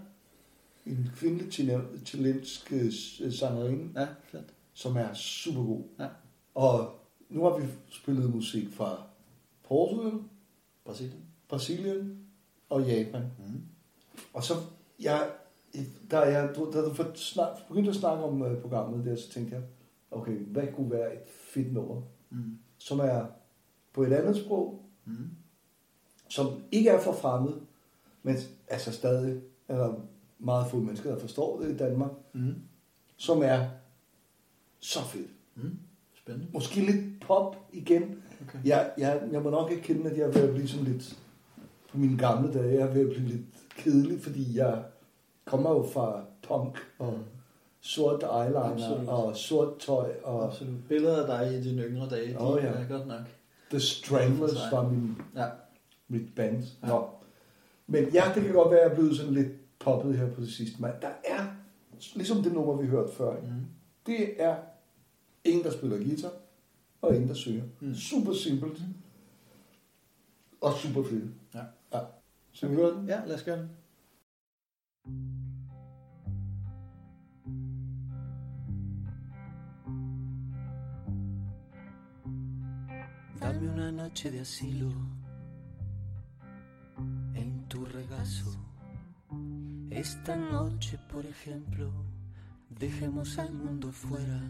en kvindelig chile- chilensk uh, sangerinde, Ja, fedt. som er super god. Ja. Og nu har vi spillet musik fra Portugal, Brasilien. Brasilien og Japan. Mm. Og så, jeg, da jeg da du snak, begyndte at snakke om uh, programmet der, så tænkte jeg, okay, hvad kunne være et fedt nummer, Mm. som er på et andet sprog, Mm. som ikke er for fremmed, men altså stadig er der meget få mennesker, der forstår det i Danmark, Mm. som er så fedt. Mm. Spændende. Måske lidt pop igen. Okay. Jeg, jeg, jeg må nok ikke kende, at jeg er ved at blive sådan lidt, på mine gamle dage, jeg er ved at blive lidt kedelig, fordi jeg kommer jo fra punk og sort eyeliner Absolut. og sort tøj og Absolut. Billeder af dig i dine yngre dage, de Åh, ja. er godt nok. The Stranglers var min, Ja. mit band. Ja. Nå. Men ja, det kan godt være, at jeg er blevet sådan lidt poppet her på det sidste. Men der er, ligesom det nummer, vi hørte før, Mm. det er en, der spiller guitar, og en, der synger. Mm. Super simpelt. Og super fedt. Ja. Ja. Så vi hører den? Ja, lad os gøre det. Dame una noche de asilo en tu regazo. Esta noche, por ejemplo, dejemos al mundo fuera.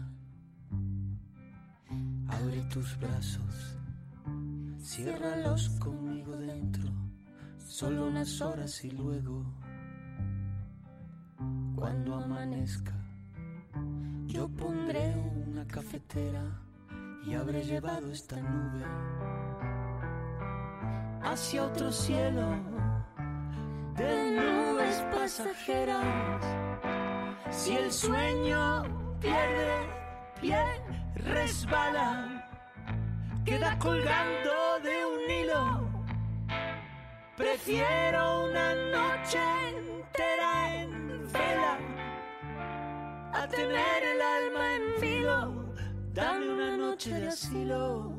Abre tus brazos, ciérralos conmigo dentro, solo unas horas y luego, cuando amanezca, yo pondré una cafetera y habré llevado esta nube hacia otro cielo de nubes pasajeras. Si el sueño pierde pie, resbala, queda colgando de un hilo. Prefiero una noche entera en vela a tener el alma en vilo. Dame una noche de asilo.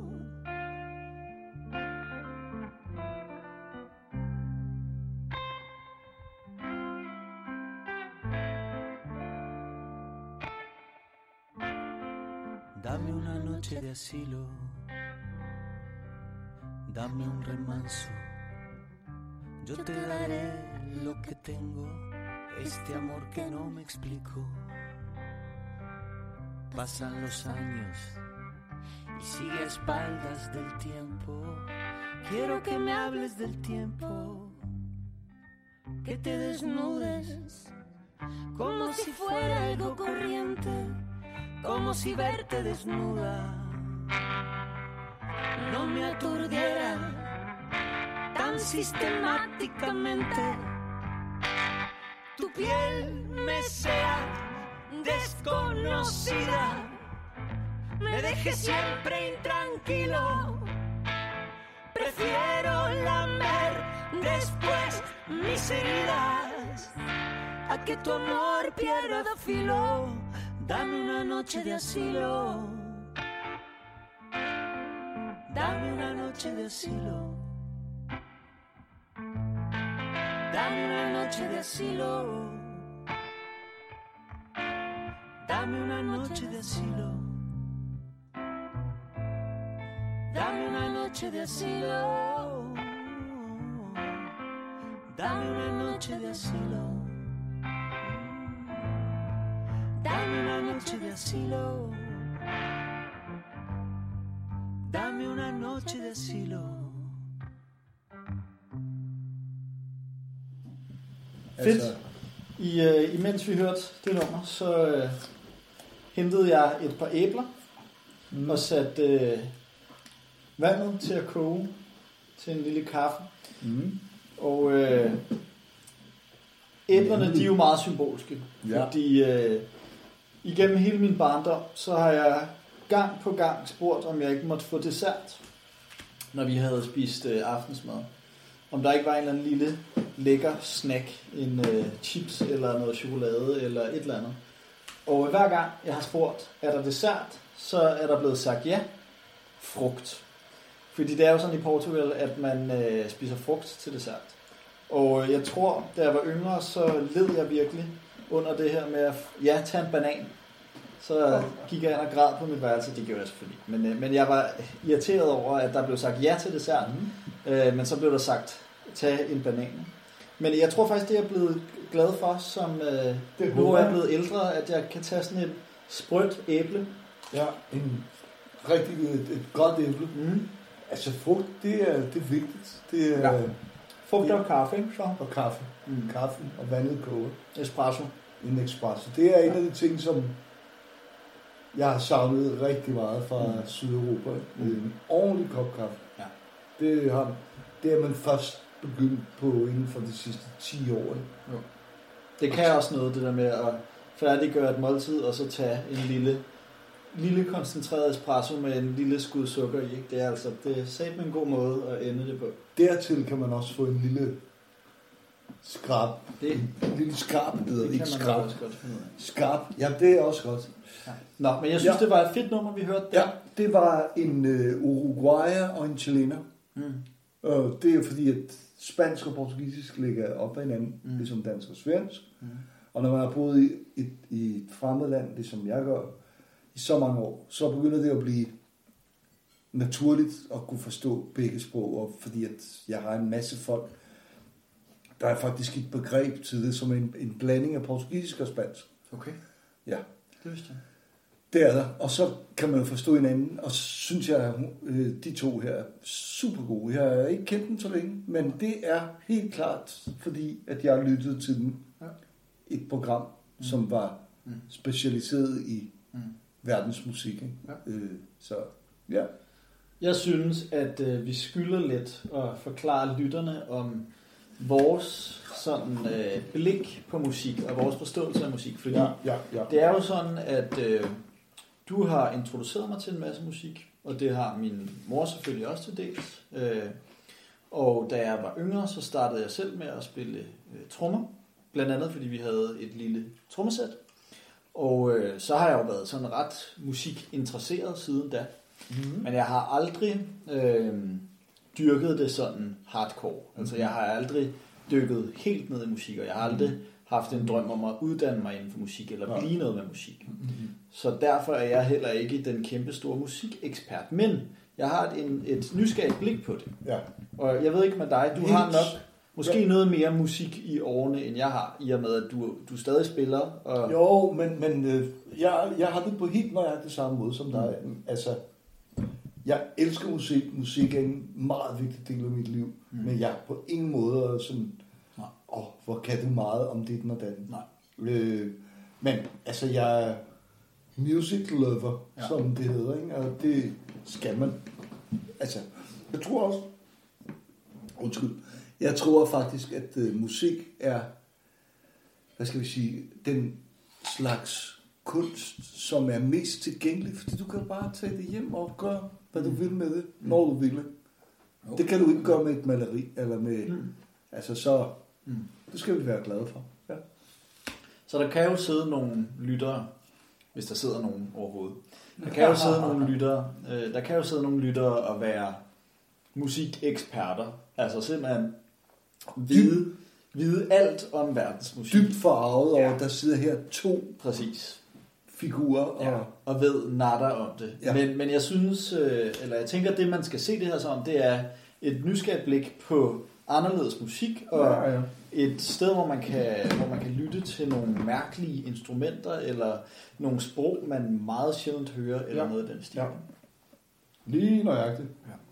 Dame una noche de asilo. Dame un remanso. Yo te daré lo que tengo, este amor que no me explico. Pasan los años y sigue a espaldas del tiempo. Quiero que me hables del tiempo, que te desnudes como si fuera algo corriente, como si verte desnuda no me aturdiera tan sistemáticamente. Tu piel me sea desconocida, me deje siempre intranquilo. Prefiero lamer después mis heridas a que tu amor pierda filo. Dame una noche de asilo. Dame una noche de asilo. Dame una noche de asilo. Dame una noche de asilo. Dame una noche de asilo. Dame una noche de asilo. Dame una noche de asilo. Dame una noche de asilo. Fedt. I, uh, imens vi hørte det nummer, så uh, hentede jeg et par æbler mm. og satte uh, vandet til at koge til en lille kaffe. Mm. Og uh, æblerne, de er jo meget symbolske, ja. Fordi uh, igennem hele min barndom, så har jeg gang på gang spurgt, om jeg ikke måtte få dessert, når vi havde spist uh, aftensmad. Om der ikke var en eller anden lille lækker snack, en uh, chips eller noget chokolade eller et eller andet. Og hver gang jeg har spurgt, er der dessert, så er der blevet sagt ja, frugt. Fordi det er jo sådan i Portugal, at man uh, spiser frugt til dessert. Og jeg tror, da jeg var yngre, så led jeg virkelig under det her med at ja, tage en banan. Så gik jeg ind og græd på mit værelse, det gjorde jeg selvfølgelig. Men, uh, men jeg var irriteret over, at der blev sagt ja til dessert. Mm. Uh, men så blev der sagt, tag en banan. Men jeg tror faktisk, det er jeg blevet glad for, som uh, nu er jeg blevet ældre, at jeg kan tage sådan et sprødt æble. Ja, en rigtig et, et godt æble. Mm. Altså frugt, det er, det er vigtigt. Det er, ja. Frugt og kaffe, ikke? Så? Og kaffe. Mm. Kaffe og vandet koge. Espresso. En espresso. Det er en ja. af de ting, som jeg har savnet rigtig meget fra mm. Sydeuropa. Mm. En ordentlig kop kaffe. Ja. Det, har, det er man først begyndt på inden for de sidste ti år. Jo. Det kan også noget, det der med at færdiggøre et måltid, og så tage en lille, lille koncentreret espresso med en lille skud sukker i. Ikke? Det er altså det er sat med en god måde at ende det på. Dertil kan man også få en lille skrab. Det. En lille skrab, det hedder ikke skrab. Skrab, ja, det er også godt. Ja. Nå, men jeg synes, ja. det var et fedt nummer, vi hørte der. Ja, det var en uh, uruguayer og en chilener. Mm. Uh, det er fordi, at spansk og portugisisk ligger op ad hinanden, mm. ligesom dansk og svensk. Mm. Og når man har boet i et, i et fremmed land, det som jeg gør, i så mange år, så begynder det at blive naturligt at kunne forstå begge sprog, og fordi at jeg har en masse folk, der er faktisk et begreb til det, som en, en blanding af portugisisk og spansk. Okay. Ja. Det vidste jeg. Det er der, og så kan man jo forstå hinanden, og synes jeg, at de to her er super gode. Jeg har ikke kendt dem så længe, men det er helt klart, fordi at jeg har lyttet til dem. Ja. Et program, mm. som var mm. specialiseret i mm. verdensmusik. Ikke? Ja. Øh, så ja. Jeg synes, at øh, vi skylder lidt at forklare lytterne om vores sådan øh, blik på musik og vores forståelse af musik, fordi ja, ja, ja. det er jo sådan, at øh, du har introduceret mig til en masse musik, og det har min mor selvfølgelig også til dels. Øh, og da jeg var yngre, så startede jeg selv med at spille øh, trommer, blandt andet fordi vi havde et lille trommesæt. Og øh, så har jeg jo været sådan ret musikinteresseret siden da. Mm-hmm. Men jeg har aldrig øh, dyrket det sådan hardcore. Altså jeg har aldrig dykket helt ned i musik, og jeg har aldrig mm-hmm. haft en drøm om at uddanne mig inden for musik, eller blive noget med musik. Mm-hmm. Så derfor er jeg heller ikke den kæmpe store musikekspert. Men jeg har et, en, et nysgerrigt blik på det. Ja. Og jeg ved ikke med dig, du har nok måske ja. noget mere musik i årene, end jeg har, i og med, at du, du stadig spiller. Og jo, men, men øh, jeg, jeg har det på helt nøjagtigt samme måde som dig. Mm. Altså, jeg elsker musik. Musik er en meget vigtig del af mit liv. Mm. Men jeg på ingen måde er sådan, åh, hvor kan du meget om dit og datten. Nej. Øh, men altså, jeg er music lover, ja. som det hedder, ikke? Og det skal man. Altså, jeg tror også, undskyld, jeg tror faktisk, at uh, musik er, hvad skal vi sige, den slags kunst, som er mest tilgængelig, fordi du kan bare tage det hjem og gøre, hvad du vil med det, mm. når du vil det. Okay. Det kan du ikke gøre med et maleri, eller med, mm. altså så, mm. det skal vi være glade for. Ja. Så der kan jo sidde nogle lyttere, hvis der sidder nogen overhovedet. Der kan jo sidde nogle lyttere, øh, der kan jo sidde nogle lyttere og være musikeksperter, altså simpelthen vide vide alt om verdensmusik. Dybt forarvet over, Ja. der sidder her to Præcis. figurer. Og, Ja, og ved natter om det. Ja. Men, men jeg synes, øh, eller jeg tænker, at det man skal se det her som, det er et nysgerrigt blik på anderledes musik, og Ja, ja. et sted, hvor man, kan, hvor man kan lytte til nogle mærkelige instrumenter, eller nogle sprog, man meget sjældent hører, eller Ja. noget af den stil. Ja. Lige nøjagtigt.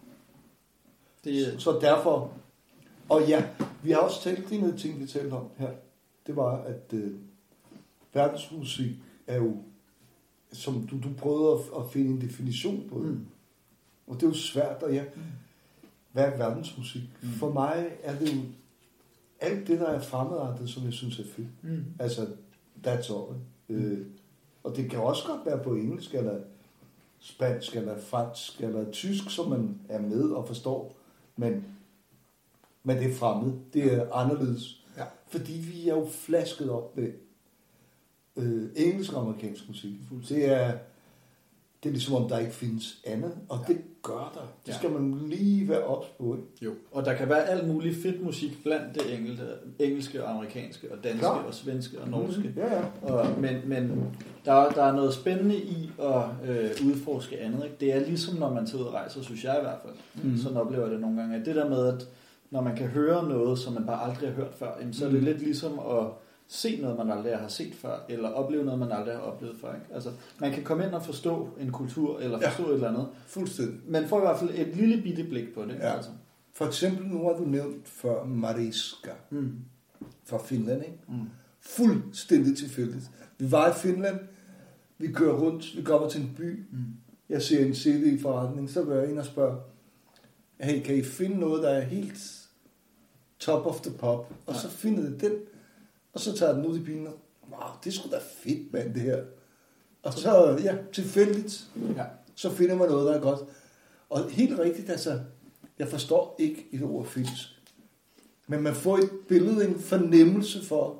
Det, Så derfor, og ja, vi har også talt, det er noget ting, vi talte om her, det var, at øh, verdensmusik er jo, som du, du prøvede at, at finde en definition på det, Mm. og det er jo svært, og ja, hvad er verdensmusik? Mm. For mig er det jo alt det, der er fremmedartet, som jeg synes er fedt. mm. Altså, that's all. Øh, og det kan også godt være på engelsk, eller spansk, eller fransk, eller tysk, som man er med og forstår. Men, men det er fremmed. Det er anderledes. Ja. Fordi vi er jo flasket op med øh, engelsk og amerikansk musik. Fuldstændig. Det er, det er ligesom, om der ikke findes andet. Og Ja. det gør der. Det Ja. skal man lige være ops på. Ikke? Jo. Og der kan være alt muligt fedt musik blandt det enkelte, engelske, og amerikanske, og danske, Klar. og svenske, og norske. Ja, ja. Og, men men der, der er noget spændende i at øh, udforske andet. Ikke? Det er ligesom, når man tager ud og rejser, synes jeg i hvert fald. Mhm. Sådan oplever jeg det nogle gange. At det der med, at når man kan høre noget, som man bare aldrig har hørt før, jamen, så er det Mhm. lidt ligesom at se noget, man aldrig har set før, eller opleve noget, man aldrig har oplevet før. Ikke? Altså, man kan komme ind og forstå en kultur, eller Ja. forstå et eller andet. Fuldstændig. Man får i hvert fald et lille bitte blik på det. Ja. Altså. For eksempel, nu har du nævnt før Mariska Mm. fra Finland, ikke? Mm. Fuldstændig tilfældigt. Vi var i Finland, vi kører rundt, vi kommer til en by, Mm. jeg ser en C D i forretning, så går jeg ind og spørger, hey, kan I finde noget, der er helt top of the pop? Og så finder det den, og så tager den ud i bilen, og wow, det er sgu da fedt, mand, det her. Og så, ja, tilfældigt, Ja. så finder man noget, der er godt. Og helt rigtigt, altså, jeg forstår ikke et ord finsk. Men man får et billede, en fornemmelse for,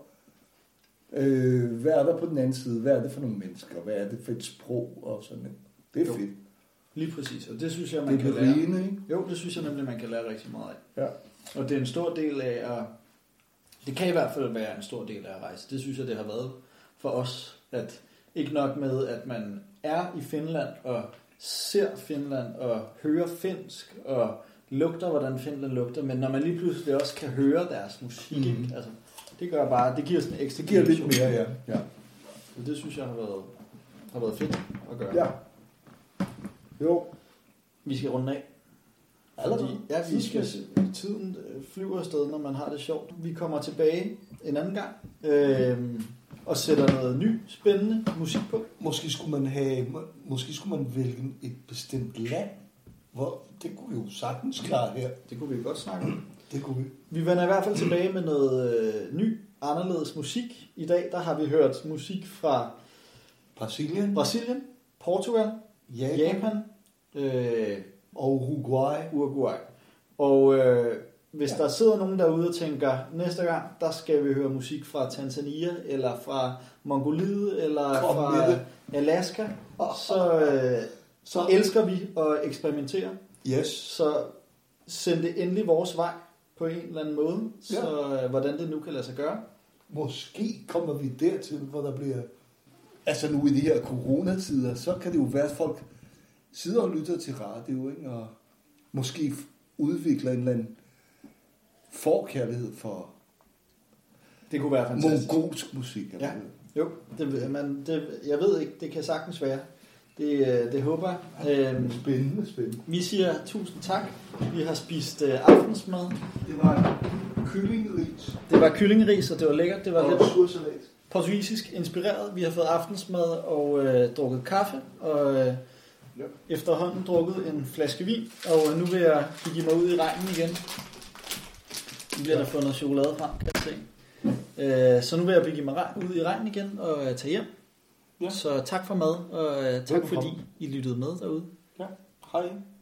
øh, hvad er der på den anden side, hvad er det for nogle mennesker, hvad er det for et sprog og sådan noget. Det er Jo. fedt. Lige præcis, og det synes jeg, man Det kan er lære. berigende, ikke? Jo, det synes jeg nemlig, man kan lære rigtig meget af. Ja. Og det er en stor del af at... Det kan i hvert fald være en stor del af at rejse. Det synes jeg, det har været for os. At ikke nok med, at man er i Finland og ser Finland og hører finsk og lugter, hvordan Finland lugter, men når man lige pludselig også kan høre deres musik, Mhm. ikke? Altså, det gør bare, det giver sådan en ekstra Det giver lidt dimension. mere, ja. ja. Så det synes jeg har været, har været fedt at gøre. Ja. Jo. Vi skal runde af. Allerede? Fordi, ja, vi skal, tiden øh, flyver afsted, når man har det sjovt. Vi kommer tilbage en anden gang øh, og sætter noget ny, spændende musik på. Måske skulle man have, må- måske skulle man vælge et bestemt land, hvor det kunne vi jo sagtens klare her. Det kunne vi godt snakke om. Det kunne vi. Vi vender i hvert fald tilbage med noget øh, ny, anderledes musik. I dag der har vi hørt musik fra Brasilien, Brasilien, Portugal, Japan, Japan, øh, og Uruguay. Uruguay. Og øh, hvis Ja. ja. der sidder nogen derude og tænker, næste gang, der skal vi høre musik fra Tanzania, eller fra Mongoliet, eller Kom fra med det. Alaska, så, øh, så elsker vi at eksperimentere. Yes. Så send det endelig vores vej på en eller anden måde, så øh, hvordan det nu kan lade sig gøre. Måske kommer vi dertil, hvor der bliver... Altså nu i de her coronatider, så kan det jo være, at folk sidder og lytter til radio, ikke? Og måske udvikler en eller anden forkærlighed for Det kunne være fantastisk. mongolsk musik. Eller Ja. noget. Jo, det, man, det, jeg ved ikke, det kan sagtens være. Det, øh, det håber jeg. Øhm, Spændende, spændende. Vi siger tusind tak. Vi har spist øh, aftensmad. Det var kyllingeris Det var kyllingeris, og det var lækkert. Det var og lidt sursalat. portugisisk inspireret. Vi har fået aftensmad og øh, drukket kaffe, og øh, Ja. efterhånden drukket en flaske vin. Og nu vil jeg give mig ud i regnen igen. Nu bliver der fundet chokolade frem, kan jeg se. Øh, så nu vil jeg begive mig ud i regnen igen og øh, tage hjem. Ja. Så tak for mad, og øh, tak Velkommen. fordi I lyttede med derude. Ja, hej.